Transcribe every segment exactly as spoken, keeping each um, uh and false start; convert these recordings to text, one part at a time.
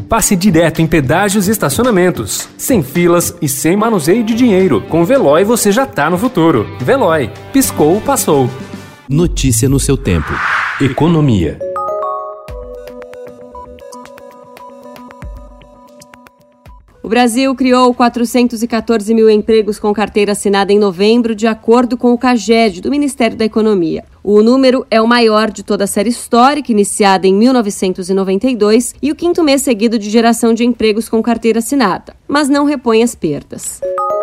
passe direto em pedágios e estacionamentos, sem filas e sem manuseio de dinheiro. Com Veloy você já tá no futuro. Veloy. Piscou, passou. Notícia no seu tempo. Economia. O Brasil criou quatrocentos e quatorze mil empregos com carteira assinada em novembro, de acordo com o CAGED, do Ministério da Economia. O número é o maior de toda a série histórica, iniciada em mil novecentos e noventa e dois, e o quinto mês seguido de geração de empregos com carteira assinada, mas não repõe as perdas.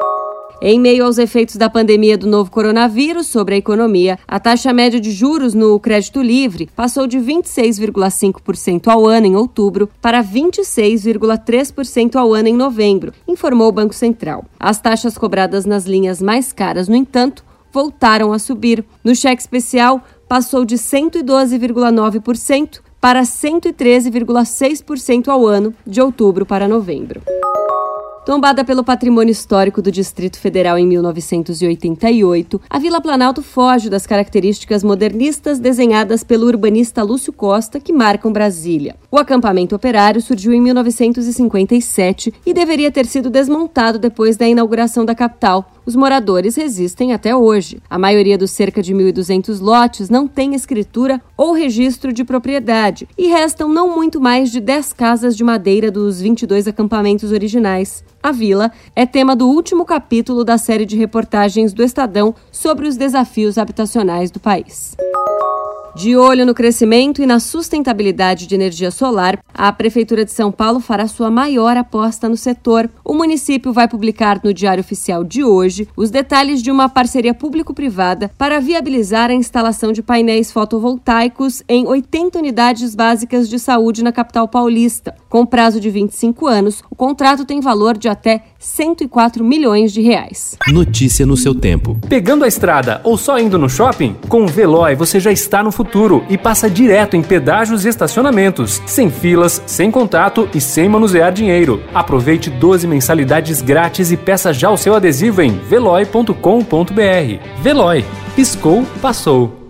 Em meio aos efeitos da pandemia do novo coronavírus sobre a economia, a taxa média de juros no crédito livre passou de vinte e seis vírgula cinco por cento ao ano em outubro para vinte e seis vírgula três por cento ao ano em novembro, informou o Banco Central. As taxas cobradas nas linhas mais caras, no entanto, voltaram a subir. No cheque especial, passou de cento e doze vírgula nove por cento para cento e treze vírgula seis por cento ao ano, de outubro para novembro. Tombada pelo patrimônio histórico do Distrito Federal em mil novecentos e oitenta e oito, a Vila Planalto foge das características modernistas desenhadas pelo urbanista Lúcio Costa, que marcam Brasília. O acampamento operário surgiu em mil novecentos e cinquenta e sete e deveria ter sido desmontado depois da inauguração da capital. Os moradores resistem até hoje. A maioria dos cerca de mil e duzentos lotes não tem escritura ou registro de propriedade e restam não muito mais de dez casas de madeira dos vinte e dois acampamentos originais. A vila é tema do último capítulo da série de reportagens do Estadão sobre os desafios habitacionais do país. De olho no crescimento e na sustentabilidade de energia solar, a Prefeitura de São Paulo fará sua maior aposta no setor. O município vai publicar no Diário Oficial de hoje os detalhes de uma parceria público-privada para viabilizar a instalação de painéis fotovoltaicos em oitenta unidades básicas de saúde na capital paulista. Com prazo de vinte e cinco anos, o contrato tem valor de até cento e quatro milhões de reais. Notícia no seu tempo. Pegando a estrada ou só indo no shopping? Com o Veloy você já está no futuro. futuro e passa direto em pedágios e estacionamentos, sem filas, sem contato e sem manusear dinheiro. Aproveite doze mensalidades grátis e peça já o seu adesivo em veloy ponto com ponto br. Veloy. Piscou, passou.